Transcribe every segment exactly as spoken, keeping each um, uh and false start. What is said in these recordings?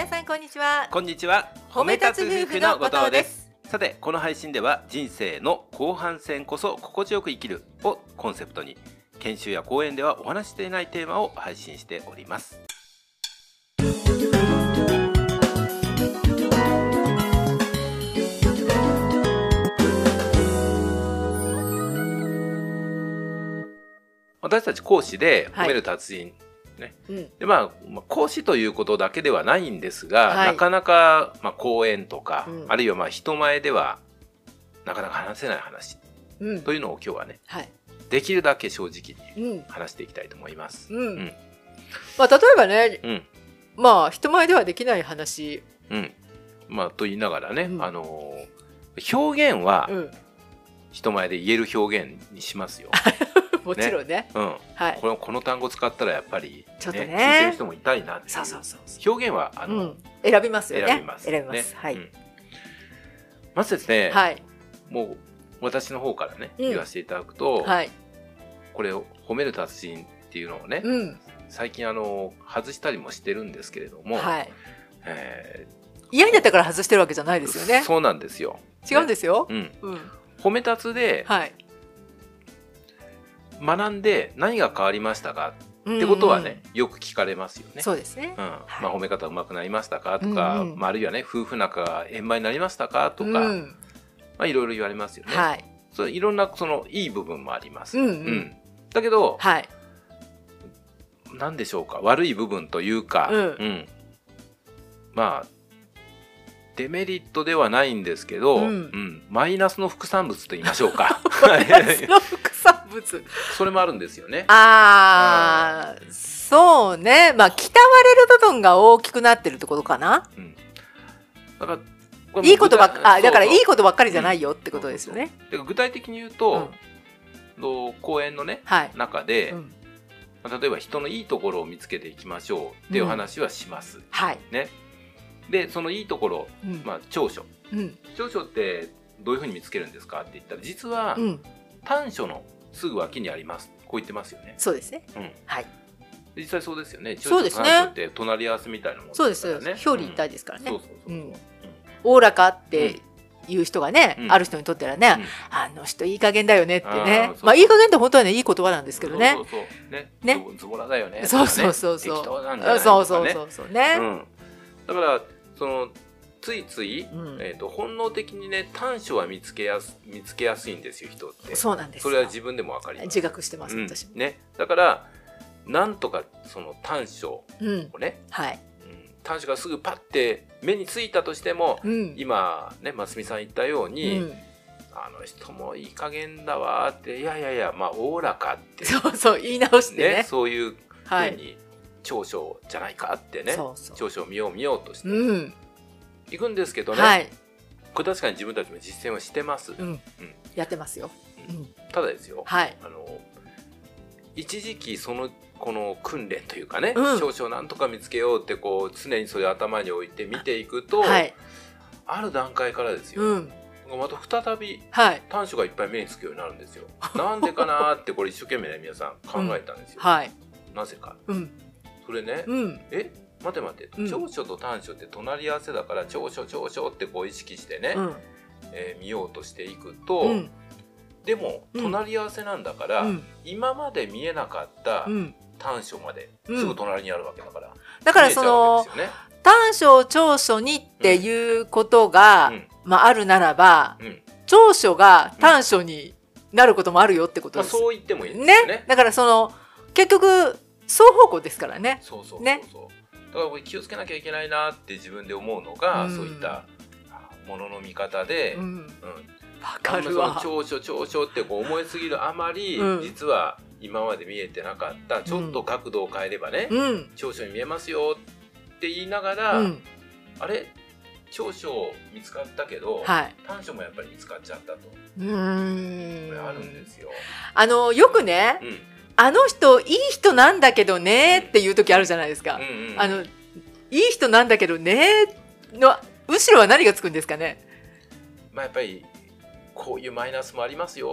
皆さんこんにちは。 こんにちは。 褒め立つ夫婦の後藤です。 さて、この配信では人生の後半戦こそ心地よく生きるをコンセプトに、研修や講演ではお話していないテーマを配信しております。私たち講師で褒める達人、ね、うん、でまあ、講師ということだけではないんですが、はい、なかなか、まあ、講演とか、うん、あるいはまあ人前ではなかなか話せない話、うん、というのを今日はね、はい、できるだけ正直に話していきたいと思います。 うんうん、まあ、例えばね、うん、まあ人前ではできない話、 うんまあ、と言いながらね、うん、あの表現は人前で言える表現にしますよ。 もちろんね、 うんはい、このこの単語使ったらやっぱり、ね、 ちょっとね聞いてる人もいたいなっていう表現はあの、うん、 選びますよね。 選びます、 選びます、ね、はい、うん、 まずですね、 はい、 もう私の方からね、うん、言わせていただくと、はい、これを褒める達人っていうのをね、うん、最近あの外したりもしてるんですけれども、はいえー、嫌になったから外してるわけじゃないですよね。 そうなんですよ。 違うんですよ。 ねうんうん、褒め立つで、はい学んで何が変わりましたかってことはね、よく聞かれますよね。 そうですね。 うんまあ、褒め方うまくなりましたかとか、うんうんまあ、あるいはね夫婦仲が円満になりましたかとか、うんまあ、いろいろ言われますよね。はい、そういろんなそのいい部分もあります。うんうんうん、だけど、はい、何でしょうか悪い部分というか、うんうん、まあデメリットではないんですけど、うんうん、マイナスの副産物と言いましょうか。 マイナスの副産物それもあるんですよね。 ああ、そうね。まあ鍛われる部分が大きくなってるってことかな。うん、だからいいことばっか、あ、だからいいことばっかりじゃないよってことですよね。 だから具体的に言うと、うん、講演のね、はい、中で、うん、例えば人のいいところを見つけていきましょうっていう話はします。うん、はい。ね。でそのいいところ、うんまあ、長所、うん、長所ってどういうふうに見つけるんですかって言ったら実は、うん、短所のすぐ脇にありますこう言ってますよね。 そうですね、 うんはい、 実際そうですよね。長所と短所って隣り合わせみたいなものですからね。 そうです表裏一体ですからね。おおらかっていう人がね、うん、ある人にとってはね、うん、あの人いい加減だよねってね、まあいい加減って本当はねいい言葉なんですけどね。 そうそうそうね、ねズボラだよね。 そうそうそうそう。 適当なんじゃないとかね。 そうそうそうそうね。 うんだからそのついつい、うんえー、と本能的にね短所は見つけやす見つけやすいんですよ人って。 そうなんですよ。 それは自分でも分かります。 自覚してます、 うん、 私もね。だからなんとかその短所をね、うんはいうん、短所がすぐパッて目についたとしても、うん、今ねますみさん言ったように、うん、あの人もいい加減だわっていやいやいやまあおおらかってそうそう言い直してね、 ねそういうふうに、はい長所じゃないかってねそうそう長所を見よう見ようとして、うん、いくんですけどね、はい、これ確かに自分たちも実践をしてます、うんうん、 やってますよ、 うん、ただですよ、はい、あの一時期そのこの訓練というかね、うん、長所をなんとか見つけようってこう常にそれを頭に置いて見ていくと、はい、ある段階からですよ、うん、また再び短所がいっぱい目につくようになるんですよ、はい、なんでかなってこれ一生懸命ね皆さん考えたんですよ、うんはい、なぜか、うんそれね、うん、え待て待て、うん、長所と短所って隣り合わせだから長所長所ってこう意識してね、うんえー、見ようとしていくと、うん、でも隣り合わせなんだから、うん、今まで見えなかった短所まですぐ隣にあるわけだから、うん、 だからその、ね、短所を長所にっていうことが、うんまあ、あるならば、うん、長所が短所になることもあるよってことです、 まあ、そう言ってもいいですよね。 ねだからその結局双方向ですからね。 そうそうそうそう、ね、だからこれ気をつけなきゃいけないなって自分で思うのが、うん、そういったものの見方で、うんうん、分かるわ。 長所長所ってこう思いすぎるあまり、うん、実は今まで見えてなかったちょっと角度を変えればね、うん、長所に見えますよって言いながら、うん、あれ長所見つかったけど、はい、短所もやっぱり見つかっちゃったと。うーんこれあるんですよ。 あのよくね、うんあの人いい人なんだけどねっていう時あるじゃないですか、うんうん、あのいい人なんだけどねの後ろは何がつくんですかね。 まあやっぱりこういうマイナスもありますよっ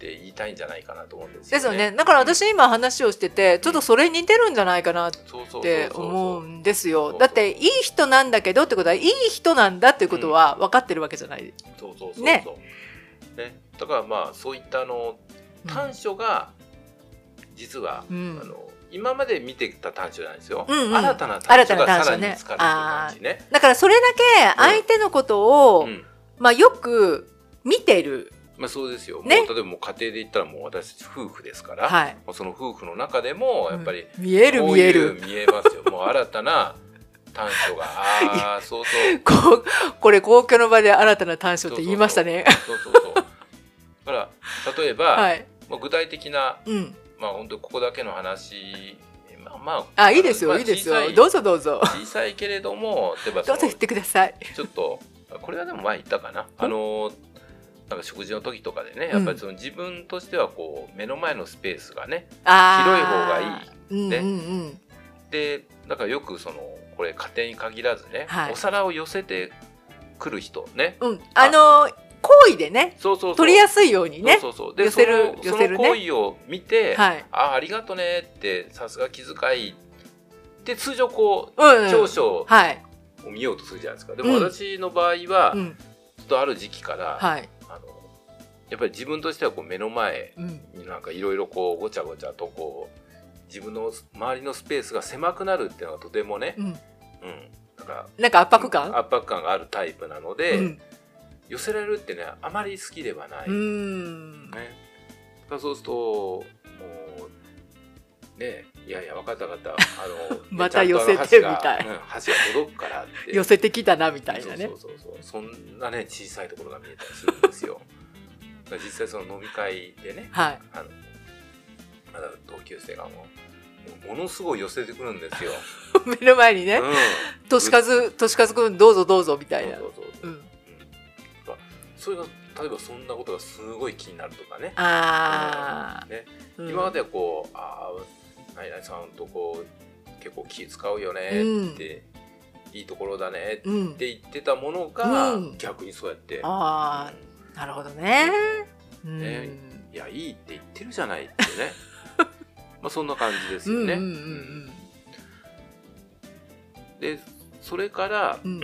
って言いたいんじゃないかなと思うんですよね。 ですよね。だから私今話をしてて、うん、ちょっとそれに似てるんじゃないかなって思うんですよ。だっていい人なんだけどってことはいい人なんだっていうことは分かってるわけじゃない。 そうそうそうそう。ね。ね。だからまあそういったあの短所が実は、うん、あの今まで見てきた短所なんですよ、うんうん、新たな短所がさらに見つかるっていう感じね。 だからそれだけ相手のことを、うん、まあよく見てる。 まあそうですよ、ね、もう例えばもう家庭で言ったらもう私夫婦ですから、はい、その夫婦の中でもやっぱり、 うん、見える見える見えますよ。もう新たな短所がああそうそうここれ公共の場で新たな短所って言いましたね。 そうそうそうだから例えば、はい、まあ、具体的な、うん、まあ本当にここだけの話、まあまあ、 あいいですよ、まあ、いいですよ、どうぞどうぞ。 小さいけれども例えばどうぞ言ってください。 ちょっとこれはでも前言ったかな、あのなんか食事の時とかでね、やっぱりその自分としてはこう目の前のスペースがね、うん、広い方がいい、ね、うんうんうん、でだからよくそのこれ家庭に限らずね、はい、お皿を寄せてくる人ね、うん、 あのー行為でね、そうそうそう取りやすいようにね、 そうそうそうで寄せる寄せるね、その行為を見て、はい、あありがとねってさすが気遣いで通常こう、うんうん、長所を見ようとするじゃないですか。でも私の場合は、うん、ちょっとある時期から、はい、あのやっぱり自分としてはこう目の前になんかいろいろこうごちゃごちゃとこう自分の周りのスペースが狭くなるっていうのがとてもね、うんうん、 なんかなんか圧迫感圧迫感があるタイプなので、うん、寄せられるってねあまり好きではない。うん、ね、だそうするともうねいやいや分かった分かったあのまた寄せてみたい、 うん、箸が届くからって寄せてきたなみたいなね。 そうそうそうそうそんなね小さいところが見えたりするんですよ。実際その飲み会でね、はい、あのまだ同級生がもうものすごい寄せてくるんですよ。 目の前にね、うん、年数年数くんどうぞどうぞみたいな。そうそうそう、うん、 それが例えばそんなことがすごい気になるとかね。 あね、うん、今まではこうああ何々さんとこう結構気使うよねって、うん、いいところだねって言ってたものが、うん、逆にそうやって、 ああ、うん、なるほどね。 ね、うん、いやいいって言ってるじゃないってね。まあそんな感じですよね。でそれから、うん、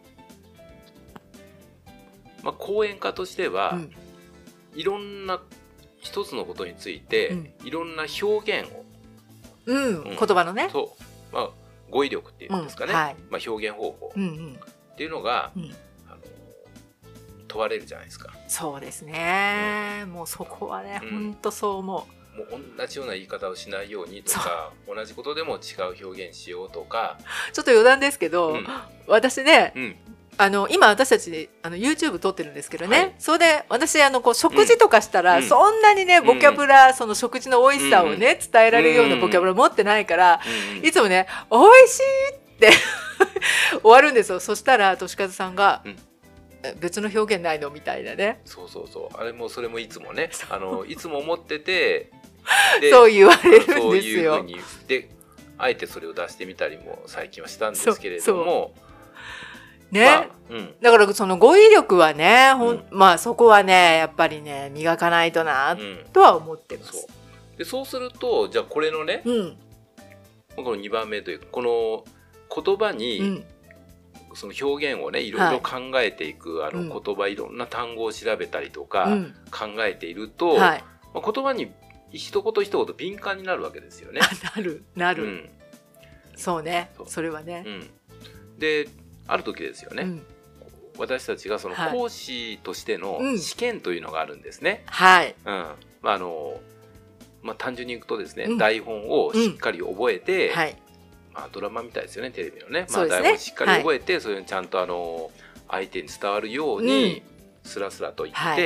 まあ講演家としては、うん、いろんな一つのことについて、うん、いろんな表現を、 うんうん、言葉のね、 そう、まあ、語彙力っていうんですかね、うんはい、まあ、表現方法っていうのが、うんうん、あの問われるじゃないですか。 そうですね、うん、もうそこはね、うん、本当そう思う。 もう同じような言い方をしないようにとか、同じことでも違う表現しようとか。 ちょっと余談ですけど、うん、私ね、うん、あの今私たちあの YouTube 撮ってるんですけどね、はい、それで私あのこう食事とかしたら、うん、そんなにねボキャブラ、うん、その食事の美味しさをね、うん、伝えられるようなボキャブラ持ってないから、うん、いつもね美味しいって終わるんですよ。そしたらとしかずさんが、うん、別の表現ないのみたいなね。 そうそうそう、あれもそれもいつもねあのいつも思っててそう言われるんですよ。そういうふうにであえてそれを出してみたりも最近はしたんですけれどもね、まあうん、だからその語彙力はね、ほん、うん、まあそこはねやっぱりね磨かないとな、うん、とは思ってます。 そうでそうするとじゃあこれのね、うん、このにばんめというこの言葉に、うん、その表現をねいろいろ考えていく、はい、あの言葉、いろんな単語を調べたりとか、うん、考えていると、はい、まあ、言葉に一言一言敏感になるわけですよね。 なるなる、うん、そうね そ, それはね、うん、 である時ですよね、うん、私たちがその講師としての試験というのがあるんですね。はい、うん、まああのまあ、単純に言うとですね、うん、台本をしっかり覚えて、うんはい、まあ、ドラマみたいですよねテレビのね、まあ、台本をしっかり覚えて、はい、それにちゃんとあの相手に伝わるようにスラスラと言って、うんはい、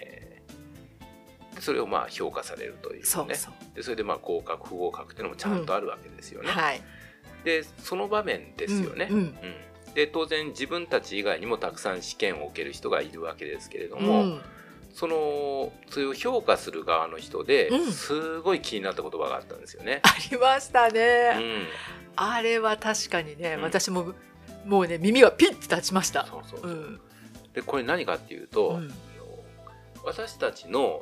それをまあ評価されるというね。そうそうでそれでまあ合格不合格っていうのもちゃんとあるわけですよね。うんはい、でその場面ですよね。うんうんうん、で当然自分たち以外にもたくさん試験を受ける人がいるわけですけれども、うん、そのそれを評価する側の人で、うん、すごい気になった言葉があったんですよね。 ありましたね。うん、あれは確かにね、うん、私ももうね耳がピッて立ちました。そうそうそう、うん、 でこれ何かっていうと、うん、私たちの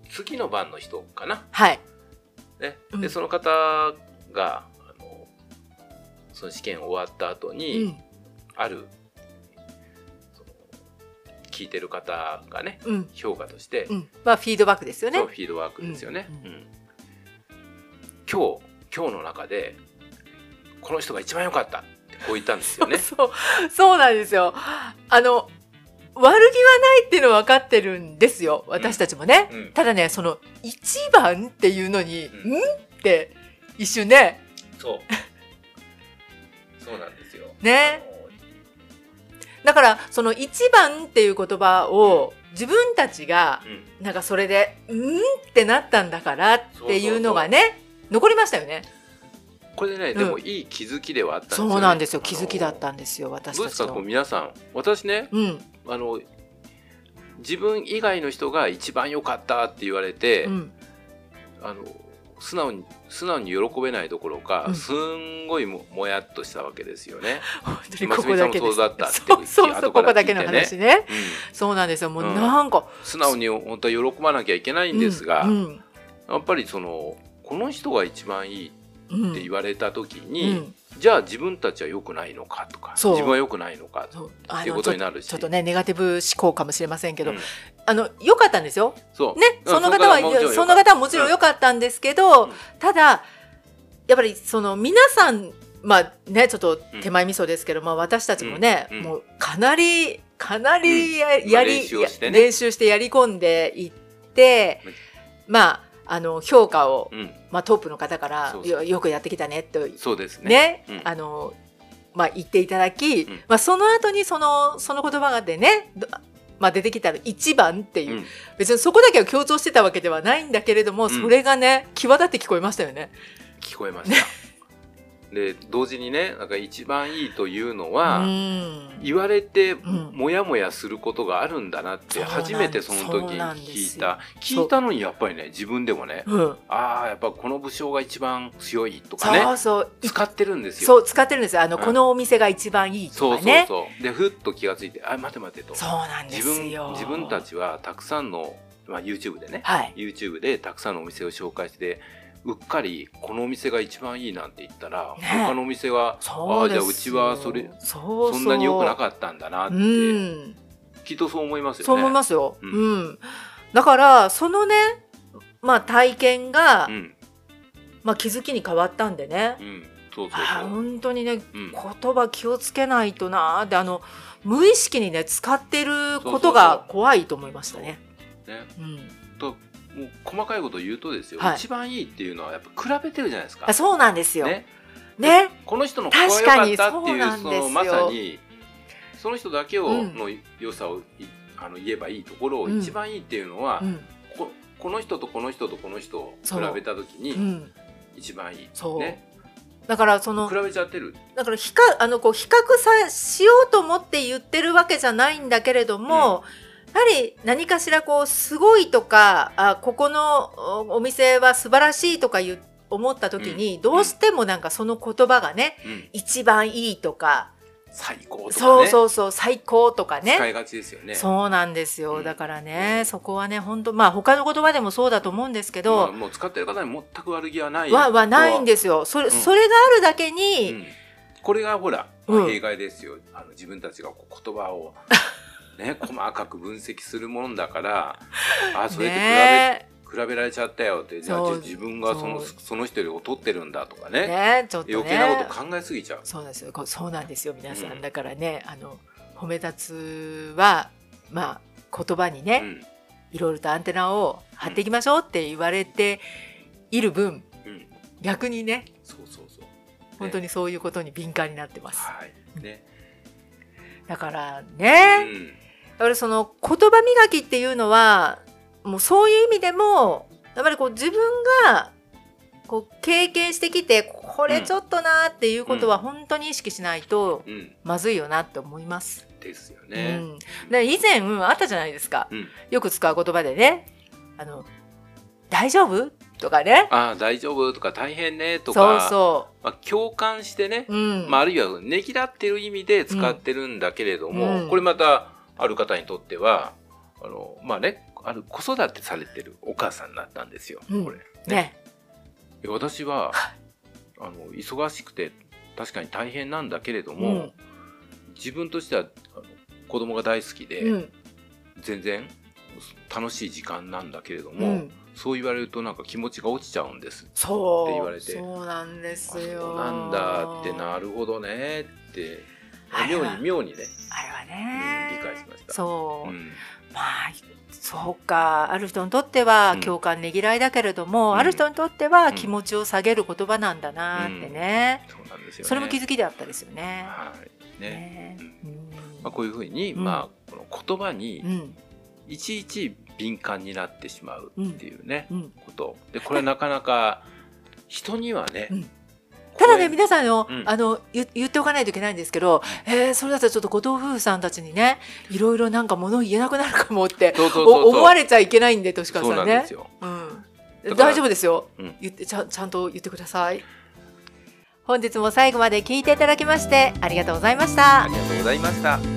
次の番の人かな。 はい。 ね、で、うん、その方があのその試験終わった後に、うん、あるその聞いてる方がね、うん、評価として、 うん、まあフィードバックですよね。 そうフィードバックですよね。うんうんうん、今日今日の中でこの人が一番良かったってこう言ったんですよね。 そうそうそうなんですよ。あの悪気はないっていうのは分かってるんですよ、私たちもね。うん、ただね、その一番っていうのに、うん、んって一瞬ね。 そう。そうなんですよ。 ね。だからその一番っていう言葉を自分たちがなんかそれでうんってなったんだからっていうのがね、そうそうそう残りましたよね。 これね、うん、でもいい気づきではあったんですよね。 そうなんですよ、気づきだったんですよ、私たちの。 どうですか、こう皆さん。私ね、うん、あの自分以外の人が一番良かったって言われて、うん、あの素直に素直に喜べないどころか、うん、すんごい も, もやっとしたわけですよね。 本当にここだけです。 そうだったってそうそうそう、ここだけの話ね。うん、そうなんですよ。もうなんか、うん、 素直に本当は喜ばなきゃいけないんですが、うんうん、やっぱりそのこの人が一番いいって言われた時に、うん、じゃあ自分たちは良くないのかとか、自分は良くないのかっていうことになるし、 ちょっとねネガティブ思考かもしれませんけど、うん、あの良かったんですよ。 そうね、その方はその方はもちろん良かったんですけど、うん、ただやっぱりその皆さん、まあね、ちょっと手前味噌ですけど、うん、まあ私たちもね、うん、もうかなりかなりや、うん、やり、まあ、練習をしてね、練習してやり込んでいって、まああの評価を、うん、まあ、トップの方からそうそう よ, よくやってきたねとそうですね、 ね、うん、あのまあ、言っていただき、うん、まあ、その後にそのその言葉でね、まあ、出てきたら一番っていう、うん、別にそこだけは強調してたわけではないんだけれども、うん、それがね際立って聞こえましたよね。 聞こえました、ねで同時にね、なんか一番いいというのは、うん、言われてモヤモヤすることがあるんだなって初めてその時に聞いた聞いたのに、やっぱりね自分でもね、うん、ああやっぱこの武将が一番強いとかね、そうそう使ってるんですよ。 そう使ってるんですよ。あの、うん、このお店が一番いいとかね。 そうそうそう。でふっと気がついて、あ待て待てと。 そうなんですよ。 自分自分たちはたくさんの、まあ、YouTube でね、はい、YouTube でたくさんのお店を紹介してうっかりこのお店が一番いいなんて言ったら、ね、他のお店はああじゃあうちはそれそうそうそんなに良くなかったんだなって、うん、きっとそう思いますよね。 そう思いますよ、うんうん、だからそのね、まあ、体験が、うんまあ、気づきに変わったんでね、うん、そうそうそうあ本当にね、うん、言葉気をつけないとなーって、あの無意識にね使ってることが怖いと思いましたね。 そうそうそうね、うん、ともう細かいことを言うとですよ、はい、一番いいっていうのはやっぱ比べてるじゃないですか。 あそうなんですよ。 ね。 ねこの人のここが良かったっていう、そのまさにその人だけを、うん、の良さをあの言えばいいところを、一番いいっていうのは、うん、こ, この人とこの人とこの人を比べたときに、うん、一番いい。そうね。 だからその比べちゃってる。だから比較あのこう比較さしようと思って言ってるわけじゃないんだけれども。うんやはり何かしらこうすごいとかあここのお店は素晴らしいとかいう思った時に、うん、どうしてもなんかその言葉がね、うん、一番いいとか最高とかねそうそうそう最高とかね使いがちですよね。 そうなんですよ、うん、だからね、うん、そこはね本当まあ他の言葉でもそうだと思うんですけど、まあ、 もう使ってる方に全く悪気はないははないんですよ。それ、うん、それがあるだけに、うん、 これがほら、まあ、弊害ですよ。あの自分たちがこう言葉をね、細かく分析するもんだからあそれって比べ、ね、比べられちゃったよって、じゃあ自分がその、その人より劣ってるんだとか ね, ね, ちょっとね余計なこと考えすぎちゃう。 そうですよ、そうなんですよ皆さん、うん、だからねあの褒め立つはまあ言葉にね、うん、いろいろとアンテナを張っていきましょうって言われている分、うん、逆にねそうそうそう、ね、 本当にそういうことに敏感になってます、 はいね、 だからね、うんだからその言葉磨きっていうのはもうそういう意味でもやっぱりこう自分がこう経験してきてこれちょっとなっていうことは本当に意識しないとまずいよなって思います。 ですよね。 うん、で以前あったじゃないですか、うん、よく使う言葉でねあの大丈夫とかねあ大丈夫とか大変ねとかそうそう、まあ、共感してね、うんまあ、あるいはねぎらってる意味で使ってるんだけれども、うん、これまたある方にとってはあのまあねある子育てされてるお母さんだったんですよ、うん、これね。 ね、私はあの忙しくて確かに大変なんだけれども、うん、自分としてはあの子供が大好きで、うん、全然楽しい時間なんだけれども、うん、そう言われるとなんか気持ちが落ちちゃうんですって言われて、 そうなんですよ、 そうなんだって、なるほどねって妙に妙にね、 あれはね、 うん、理解しました。 そう、うん、まあそうか、ある人にとっては共感ねぎらいだけれども、うん、ある人にとっては気持ちを下げる言葉なんだなってね、 うんうん、そうなんですよね。 それも気づきであったですよね。 はいね、うん、まあ、こういうふうに、うん、まあ、この言葉にいちいち敏感になってしまうっていうね、うん、ことで、これなかなか人にはね、うん、 ただね、皆さんの、うん、あの 言, 言っておかないといけないんですけど、えー、それだったらちょっと後藤夫婦さんたちにね、いろいろなんか物言えなくなるかもって思われちゃいけないんで、としかさんね、うん、大丈夫ですよ、うん、言ってち ゃ, ちゃんと言ってください。本日も最後まで聞いていただきましてありがとうございました。 ありがとうございました。